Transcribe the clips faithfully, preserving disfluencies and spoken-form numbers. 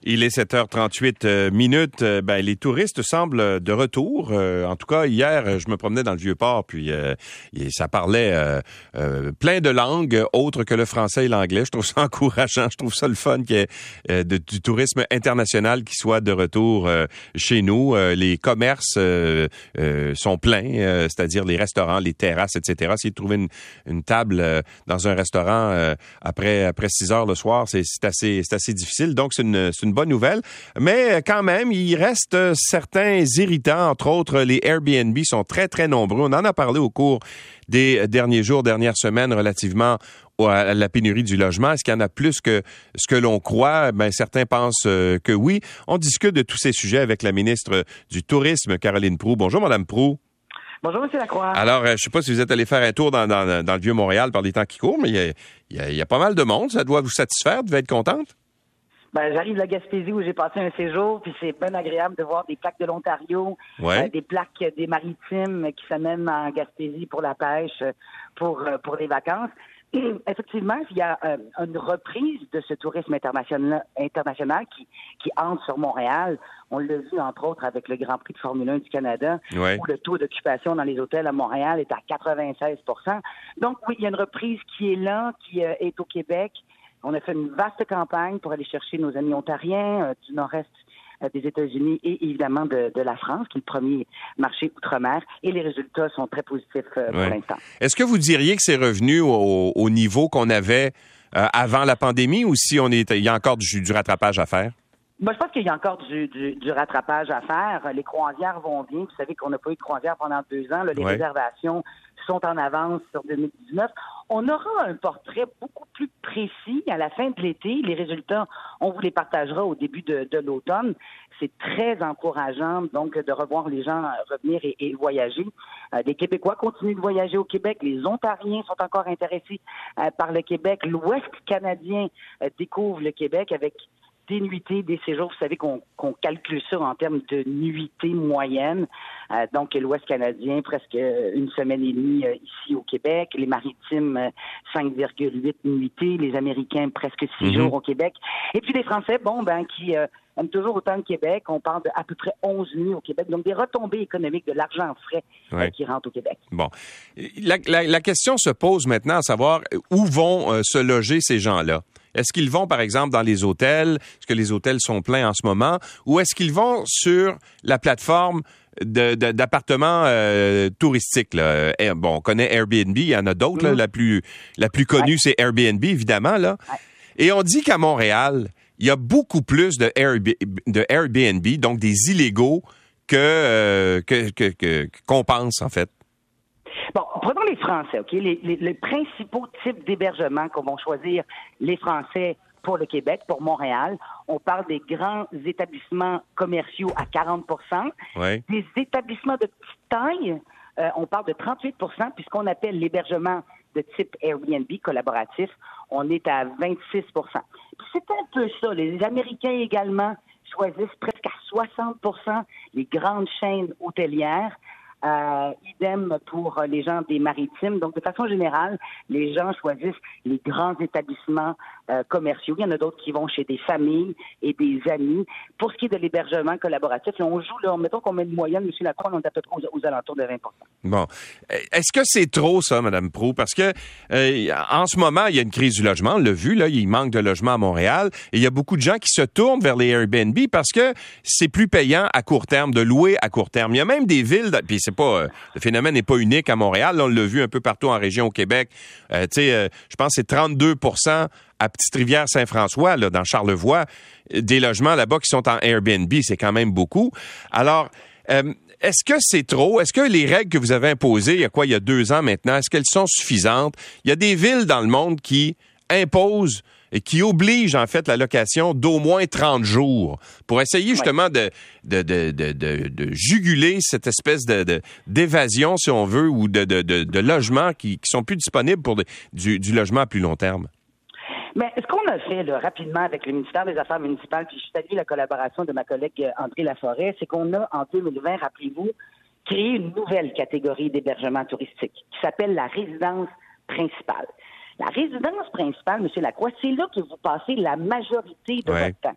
Il est sept heures trente-huit minutes. Ben, les touristes semblent de retour. Euh, en tout cas, hier, je me promenais dans le Vieux-Port, puis euh, ça parlait euh, euh, plein de langues autres que le français et l'anglais. Je trouve ça encourageant. Je trouve ça le fun qu'il y ait euh, de, du tourisme international qui soit de retour euh, chez nous. Euh, les commerces euh, euh, sont pleins, euh, c'est-à-dire les restaurants, les terrasses, et cetera. Si vous trouvez une, une table euh, dans un restaurant euh, après après six heures le soir, c'est, c'est assez c'est assez difficile. Donc, c'est une, c'est une bonne nouvelle. Mais quand même, il reste certains irritants. Entre autres, les Airbnb sont très, très nombreux. On en a parlé au cours des derniers jours, dernières semaines, relativement à la pénurie du logement. Est-ce qu'il y en a plus que ce que l'on croit? Ben, certains pensent que oui. On discute de tous ces sujets avec la ministre du Tourisme, Caroline Proulx. Bonjour, Madame Proulx. Bonjour, M. Lacroix. Alors, je ne sais pas si vous êtes allé faire un tour dans, dans, dans le Vieux-Montréal par les temps qui courent, mais il y a, il y a, il y a pas mal de monde. Ça doit vous satisfaire. Vous devez être contente? Ben, j'arrive de la Gaspésie où j'ai passé un séjour, puis c'est bien agréable de voir des plaques de l'Ontario, ouais. euh, des plaques des maritimes qui s'amènent en Gaspésie pour la pêche, pour euh, pour les vacances. Et, effectivement, il y a euh, une reprise de ce tourisme international, international qui, qui entre sur Montréal. On l'a vu, entre autres, avec le Grand Prix de Formule un du Canada, ouais. où le taux d'occupation dans les hôtels à Montréal est à quatre-vingt-seize pour cent. Donc, oui, il y a une reprise qui est là, qui euh, est au Québec. On a fait une vaste campagne pour aller chercher nos amis ontariens euh, du nord-est euh, des États-Unis et évidemment de, de la France, qui est le premier marché outre-mer. Et les résultats sont très positifs euh, pour ouais. l'instant. Est-ce que vous diriez que c'est revenu au, au niveau qu'on avait euh, avant la pandémie ou si on est, il y a encore du, du rattrapage à faire? Moi, je pense qu'il y a encore du, du, du rattrapage à faire. Les croisières vont bien. Vous savez qu'on n'a pas eu de croisière pendant deux ans. Là, les ouais. réservations sont en avance sur deux mille dix-neuf. On aura un portrait beaucoup plus précis à la fin de l'été. Les résultats, on vous les partagera au début de, de l'automne. C'est très encourageant, donc, de revoir les gens revenir et, et voyager. Euh, les Québécois continuent de voyager au Québec. Les Ontariens sont encore intéressés euh, par le Québec. L'Ouest canadien euh, découvre le Québec avec des nuitées, des séjours. Vous savez qu'on, qu'on calcule ça en termes de nuitées moyennes. Euh, donc, l'Ouest canadien, presque une semaine et demie euh, ici au Québec. Les Maritimes, euh, cinq virgule huit nuitées. Les Américains, presque six mm-hmm. jours au Québec. Et puis les Français, bon, ben, qui euh, aiment toujours autant le Québec. On parle d'à peu près onze nuits au Québec. Donc, des retombées économiques, de l'argent frais ouais. euh, qui rentre au Québec. Bon. La, la, la question se pose maintenant à savoir où vont euh, se loger ces gens-là. Est-ce qu'ils vont, par exemple, dans les hôtels? Est-ce que les hôtels sont pleins en ce moment? Ou est-ce qu'ils vont sur la plateforme de, de, d'appartements euh, touristiques? Là? Bon, on connaît Airbnb, il y en a d'autres. Mmh. Là, la plus, la plus connue, ouais. c'est Airbnb, évidemment. Là. Ouais. Et on dit qu'à Montréal, il y a beaucoup plus de, Airbnb, de Airbnb, donc des illégaux, que, euh, que, que, que, qu'on pense, en fait. Bon, prenons les Français, OK? Les, les, les principaux types d'hébergements qu'on va choisir les Français pour le Québec, pour Montréal. On parle des grands établissements commerciaux à quarante pour cent. Ouais. Des établissements de petite taille, euh, on parle de trente-huit pour cent, puisqu'on appelle l'hébergement de type Airbnb collaboratif, on est à vingt-six pour cent. Puis c'est un peu ça. Les Américains également choisissent presque à soixante pour cent les grandes chaînes hôtelières. Euh, idem pour les gens des maritimes. Donc, de façon générale, les gens choisissent les grands établissements euh, commerciaux. Il y en a d'autres qui vont chez des familles et des amis. Pour ce qui est de l'hébergement collaboratif, là, on joue, là, mettons qu'on met une moyenne, M. Lacroix, on est à peu près aux, aux alentours de vingt pour cent. Bon. Est-ce que c'est trop, ça, Mme Proulx? Parce que euh, en ce moment, il y a une crise du logement. On l'a vu, là, il manque de logement à Montréal. Et il y a beaucoup de gens qui se tournent vers les Airbnb parce que c'est plus payant à court terme, de louer à court terme. Il y a même des villes, puis c'est pas, euh, le phénomène n'est pas unique à Montréal. Là, on l'a vu un peu partout en région au Québec. Euh, tu sais, euh, je pense que c'est trente-deux pour cent à Petite-Rivière-Saint-François, là, dans Charlevoix, des logements là-bas qui sont en Airbnb. C'est quand même beaucoup. Alors, euh, est-ce que c'est trop? Est-ce que les règles que vous avez imposées, il y a quoi, il y a deux ans maintenant, est-ce qu'elles sont suffisantes? Il y a des villes dans le monde qui imposent et qui obligent, en fait, la location d'au moins trente jours pour essayer justement de, de, de, de, de, de juguler cette espèce de, de, d'évasion, si on veut, ou de, de, de, de logements qui, qui sont plus disponibles pour de, du, du logement à plus long terme. Mais ce qu'on a fait là, rapidement avec le ministère des Affaires municipales, puis je salue la collaboration de ma collègue André Laforêt, c'est qu'on a, en deux mille vingt, rappelez-vous, créé une nouvelle catégorie d'hébergement touristique qui s'appelle la résidence principale. La résidence principale, M. Lacroix, c'est là que vous passez la majorité de ouais. votre temps.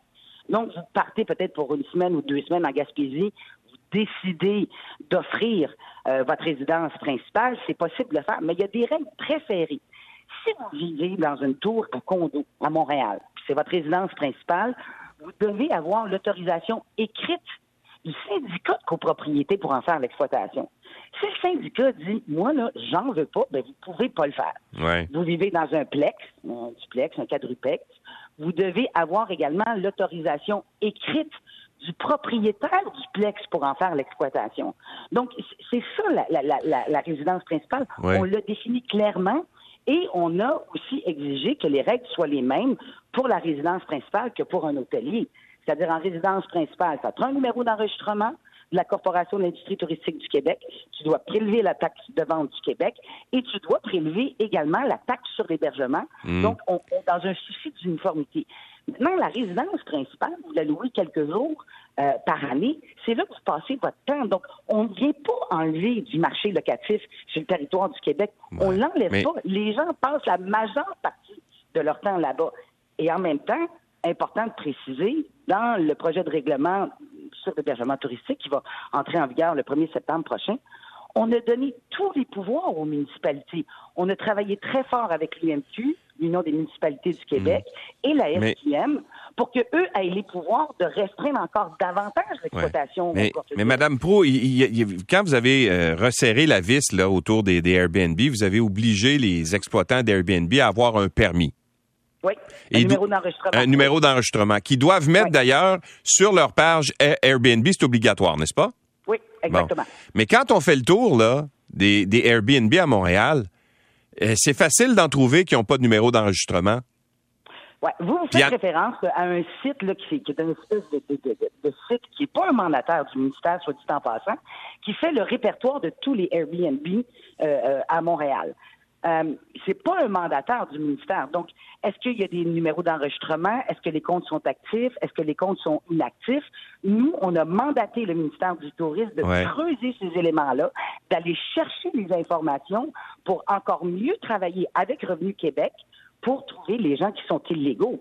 Donc, vous partez peut-être pour une semaine ou deux semaines en Gaspésie, vous décidez d'offrir euh, votre résidence principale, c'est possible de le faire, mais il y a des règles très serrées. Si vous vivez dans une tour à condo à Montréal, puis c'est votre résidence principale, vous devez avoir l'autorisation écrite du syndicat de copropriété pour en faire l'exploitation. Si le syndicat dit « Moi, là, j'en veux pas », ben vous pouvez pas le faire. Ouais. Vous vivez dans un plex, un duplex, un quadruplex, vous devez avoir également l'autorisation écrite du propriétaire du plex pour en faire l'exploitation. Donc, c'est ça la, la, la, la résidence principale. Ouais. On l'a défini clairement. Et on a aussi exigé que les règles soient les mêmes pour la résidence principale que pour un hôtelier. C'est-à-dire, en résidence principale, ça prend un numéro d'enregistrement de la Corporation de l'industrie touristique du Québec. Tu dois prélever la taxe de vente du Québec et tu dois prélever également la taxe sur l'hébergement. Mmh. Donc, on est dans un souci d'uniformité. Maintenant, la résidence principale, vous la louez quelques jours euh, par année, c'est là que vous passez votre temps. Donc, on ne vient pas enlever du marché locatif sur le territoire du Québec. Ouais, on ne l'enlève mais... pas. Les gens passent la majeure partie de leur temps là-bas. Et en même temps, important de préciser, dans le projet de règlement sur l'hébergement touristique qui va entrer en vigueur le premier septembre prochain, on a donné tous les pouvoirs aux municipalités. On a travaillé très fort avec l'U M Q, l'Union des municipalités du Québec, mmh. et la S Q M, mais... pour qu'eux aient les pouvoirs de restreindre encore davantage l'exploitation. Ouais. Mais, mais Mme Proulx, il, il, il, quand vous avez euh, resserré la vis là, autour des, des Airbnb, vous avez obligé les exploitants d'Airbnb à avoir un permis. Oui, un et numéro d'enregistrement. Un numéro d'enregistrement qu'ils doivent mettre oui. d'ailleurs sur leur page Airbnb, c'est obligatoire, n'est-ce pas? Oui, exactement. Bon. Mais quand on fait le tour là, des, des Airbnb à Montréal, euh, c'est facile d'en trouver qui n'ont pas de numéro d'enregistrement. Oui, vous, vous faites Bien... référence à un site là, qui, qui est une espèce de, de, de, de site qui n'est pas un mandataire du ministère, soit dit en passant, qui fait le répertoire de tous les Airbnb euh, euh, à Montréal. Euh, c'est pas un mandataire du ministère. Donc, est-ce qu'il y a des numéros d'enregistrement? Est-ce que les comptes sont actifs? Est-ce que les comptes sont inactifs? Nous, on a mandaté le ministère du Tourisme de ouais. creuser ces éléments-là, d'aller chercher les informations pour encore mieux travailler avec Revenu Québec pour trouver les gens qui sont illégaux.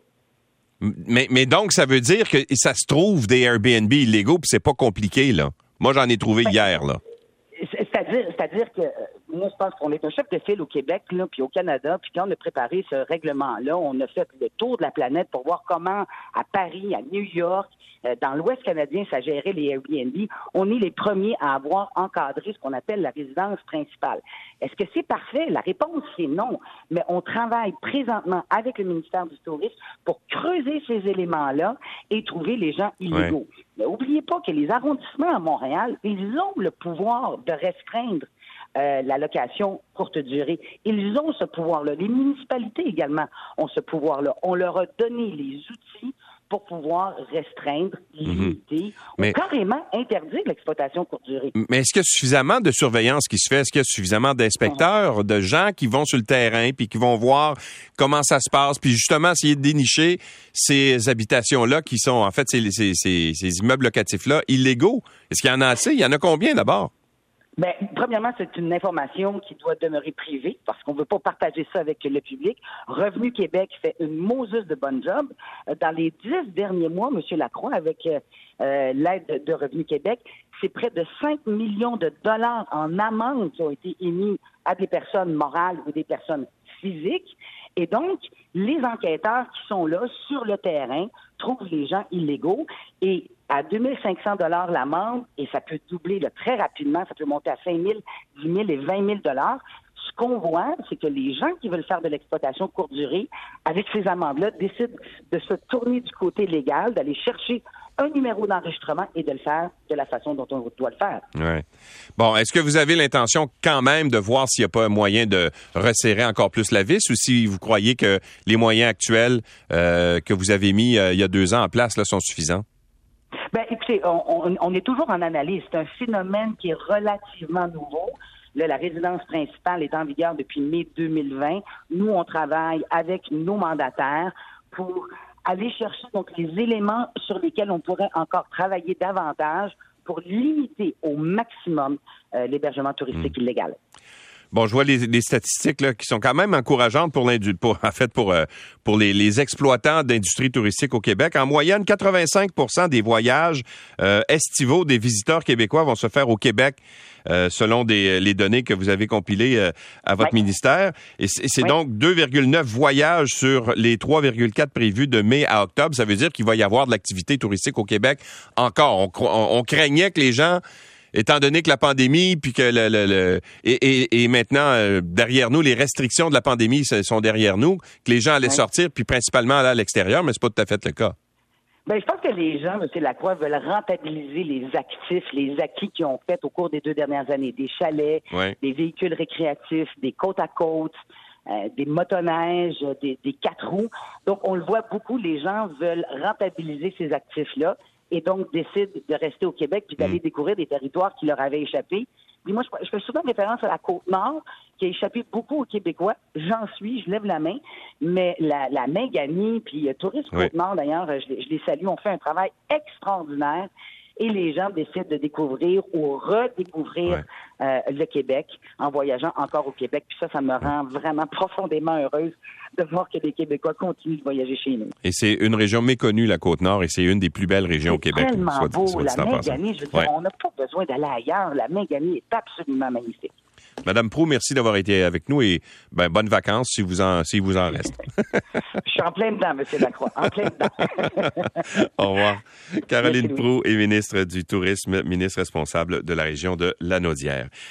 Mais, mais donc, ça veut dire que ça se trouve des Airbnb illégaux, puis c'est pas compliqué, là. Moi, j'en ai trouvé ben, hier, là. C'est-à-dire, c'est-à-dire que moi, je pense qu'on est un chef de file au Québec, là, puis au Canada, puis quand on a préparé ce règlement-là, on a fait le tour de la planète pour voir comment, à Paris, à New York, euh, dans l'Ouest canadien, ça gérait les Airbnb. On est les premiers à avoir encadré ce qu'on appelle la résidence principale. Est-ce que c'est parfait? La réponse, c'est non. Mais on travaille présentement avec le ministère du Tourisme pour creuser ces éléments-là et trouver les gens illégaux. Ouais. Mais n'oubliez pas que les arrondissements à Montréal, ils ont le pouvoir de restreindre euh, la location courte durée. Ils ont ce pouvoir-là. Les municipalités également ont ce pouvoir-là. On leur a donné les outils pour pouvoir restreindre, limiter mm-hmm. mais, ou carrément interdire l'exploitation courte durée. Mais est-ce qu'il y a suffisamment de surveillance qui se fait? Est-ce qu'il y a suffisamment d'inspecteurs, mm-hmm. de gens qui vont sur le terrain puis qui vont voir comment ça se passe, puis justement essayer de dénicher ces habitations-là qui sont, en fait, ces, ces, ces, ces immeubles locatifs-là illégaux? Est-ce qu'il y en a assez? Il y en a combien d'abord? Bien, premièrement, c'est une information qui doit demeurer privée parce qu'on ne veut pas partager ça avec le public. Revenu Québec fait une Moses de bonne job. Dans les dix derniers mois, M. Lacroix, avec euh, l'aide de Revenu Québec, c'est près de cinq millions de dollars en amendes qui ont été émis à des personnes morales ou des personnes physiques. Et donc, les enquêteurs qui sont là sur le terrain trouvent les gens illégaux et à deux mille cinq cents dollars l'amende, et ça peut doubler là, très rapidement, ça peut monter à cinq mille, dix mille et vingt mille dollars. Ce qu'on voit, c'est que les gens qui veulent faire de l'exploitation courte durée, avec ces amendes-là, décident de se tourner du côté légal, d'aller chercher un numéro d'enregistrement et de le faire de la façon dont on doit le faire. Ouais. Bon, est-ce que vous avez l'intention quand même de voir s'il n'y a pas un moyen de resserrer encore plus la vis ou si vous croyez que les moyens actuels euh, que vous avez mis euh, il y a deux ans en place là, sont suffisants? Bien, écoutez, on, on, on est toujours en analyse. C'est un phénomène qui est relativement nouveau. Là, la résidence principale est en vigueur depuis mai deux mille vingt. Nous, on travaille avec nos mandataires pour aller chercher donc les éléments sur lesquels on pourrait encore travailler davantage pour limiter au maximum euh, l'hébergement touristique mmh. illégal. Bon, je vois les, les statistiques là, qui sont quand même encourageantes pour l'indu, pour en fait pour euh, pour les, les exploitants d'industrie touristique au Québec. En moyenne, quatre-vingt-cinq pour cent des voyages euh, estivaux des visiteurs québécois vont se faire au Québec, euh, selon des, les données que vous avez compilées euh, à votre Oui. ministère. Et c'est, c'est Oui. donc deux virgule neuf voyages sur les trois virgule quatre prévus de mai à octobre. Ça veut dire qu'il va y avoir de l'activité touristique au Québec encore. On, on, on craignait que les gens, étant donné que la pandémie, puis que le, le, le et, et, et maintenant euh, derrière nous, les restrictions de la pandémie sont derrière nous, que les gens allaient Oui. sortir, puis principalement aller à l'extérieur, mais c'est pas tout à fait le cas. Ben, je pense que les gens, M. Lacroix, veulent rentabiliser les actifs, les acquis qu'ils ont faits au cours des deux dernières années. Des chalets, Oui. des véhicules récréatifs, des côtes à côte, euh, des motoneiges, des, des quatre roues. Donc, on le voit beaucoup, les gens veulent rentabiliser ces actifs-là et donc décident de rester au Québec puis d'aller Mm. découvrir des territoires qui leur avaient échappé. Puis moi, je, je fais souvent référence à la Côte-Nord, qui a échappé beaucoup aux Québécois. J'en suis, je lève la main. Mais la, la Main-Ganie, puis euh, Tourisme Oui. Côte-Nord, d'ailleurs, je, les- je les salue, ont fait un travail extraordinaire. Et les gens décident de découvrir ou redécouvrir euh, le Québec en voyageant encore au Québec. Puis ça, ça me rend vraiment profondément heureuse de voir que les Québécois continuent de voyager chez nous. Et c'est une région méconnue, la Côte-Nord, et c'est une des plus belles régions au C'est Québec. tellement soit- beau. soit dit La en passant. Main-Ganie, je veux dire, Ouais. on n'a pas besoin d'aller ailleurs. La Main-Ganie est absolument magnifique. Madame Proulx, merci d'avoir été avec nous et ben, bonnes vacances si vous en, si vous en reste. Je suis en plein dedans, M. Lacroix, en plein dedans. Au revoir. Caroline Merci, Proulx est ministre du Tourisme, ministre responsable de la région de Lanaudière.